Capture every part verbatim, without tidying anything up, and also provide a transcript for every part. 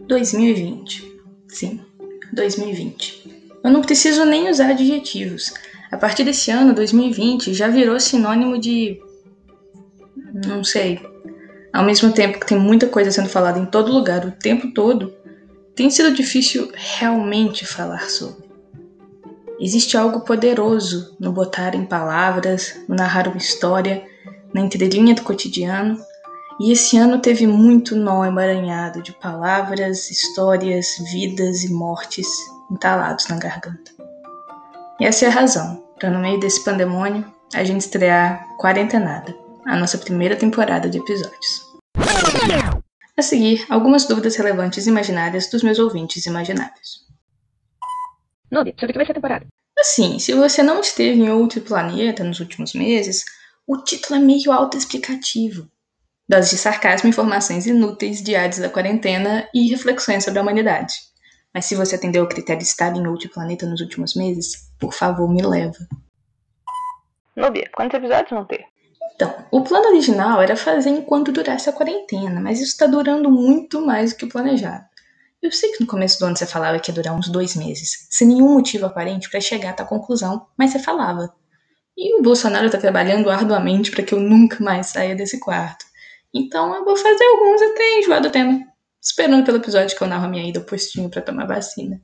dois mil e vinte. Sim, dois mil e vinte. Eu não preciso nem usar adjetivos. A partir desse ano, dois mil e vinte, já virou sinônimo de... não sei. Ao mesmo tempo que tem muita coisa sendo falada em todo lugar, o tempo todo, tem sido difícil realmente falar sobre. Existe algo poderoso no botar em palavras, no narrar uma história, na entrelinha do cotidiano, e esse ano teve muito nó emaranhado de palavras, histórias, vidas e mortes entalados na garganta. E essa é a razão para, no meio desse pandemônio, a gente estrear Quarentenada, a nossa primeira temporada de episódios. A seguir, algumas dúvidas relevantes e imaginárias dos meus ouvintes imaginários. Noob, sobre o que vai ser a temporada? Assim, se você não esteve em outro planeta nos últimos meses, o título é meio autoexplicativo. Doses de sarcasmo, informações inúteis, diários da quarentena e reflexões sobre a humanidade. Mas se você atendeu ao critério de estar em outro planeta nos últimos meses, por favor, me leva. Noob, quantos episódios vão ter? Então, o plano original era fazer enquanto durasse a quarentena, mas isso está durando muito mais do que o planejado. Eu sei que no começo do ano você falava que ia durar uns dois meses, sem nenhum motivo aparente para chegar a tal conclusão, mas você falava. E o Bolsonaro está trabalhando arduamente para que eu nunca mais saia desse quarto. Então eu vou fazer alguns até enjoar do tema, esperando pelo episódio que eu narro a minha ida ao postinho para tomar vacina.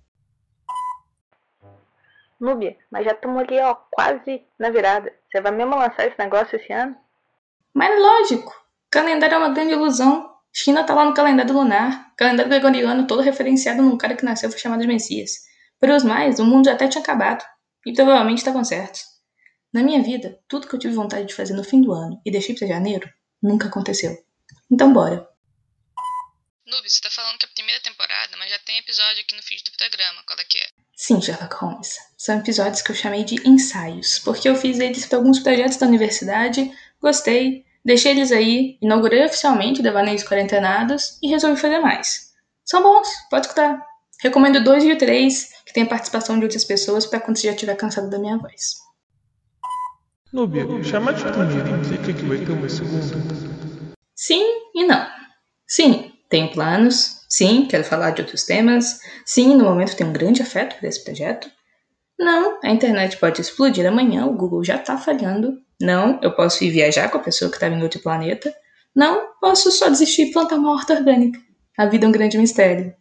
Noob, mas já estamos ali, ó, quase na virada. Você vai mesmo lançar esse negócio esse ano? Mas lógico, calendário é uma grande ilusão. China tá lá no calendário lunar, calendário gregoriano todo referenciado num cara que nasceu foi chamado de Messias. Para os mais, o mundo já até tinha acabado, e provavelmente estavam certos. Na minha vida, tudo que eu tive vontade de fazer no fim do ano e deixei para janeiro, nunca aconteceu. Então bora. Noob, você tá falando que é a primeira temporada, mas já tem episódio aqui no feed do programa, qual é que é? Sim, Sherlock Holmes. São episódios que eu chamei de ensaios, porque eu fiz eles para alguns projetos da universidade, gostei, deixei eles aí, inaugurei oficialmente Devaneios Quarentenados e resolvi fazer mais. São bons, pode escutar. Recomendo dois e o três, que tem a participação de outras pessoas para quando você já estiver cansado da minha voz. Noob, chamar de primeiro implica que vai ter uma segunda? Sim e não. Sim, tenho planos. Sim, quero falar de outros temas. Sim, no momento tenho um grande afeto por esse projeto. Não, a internet pode explodir amanhã, o Google já tá falhando. Não, eu posso ir viajar com a pessoa que estava em outro planeta. Não, posso só desistir e plantar uma horta orgânica. A vida é um grande mistério.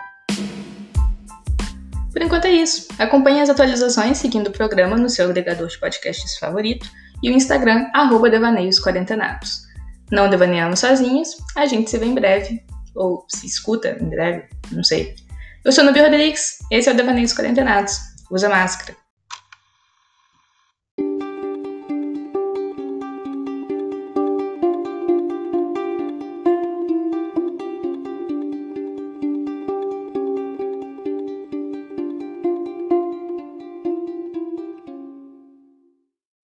Por enquanto é isso. Acompanhe as atualizações seguindo o programa no seu agregador de podcasts favorito e o Instagram, arroba Devaneios Quarentenados. Não devaneamos sozinhos, a gente se vê em breve. Ou se escuta em breve, não sei. Eu sou Noob Rodrigues, esse é o Devaneios Quarentenados. Usa máscara.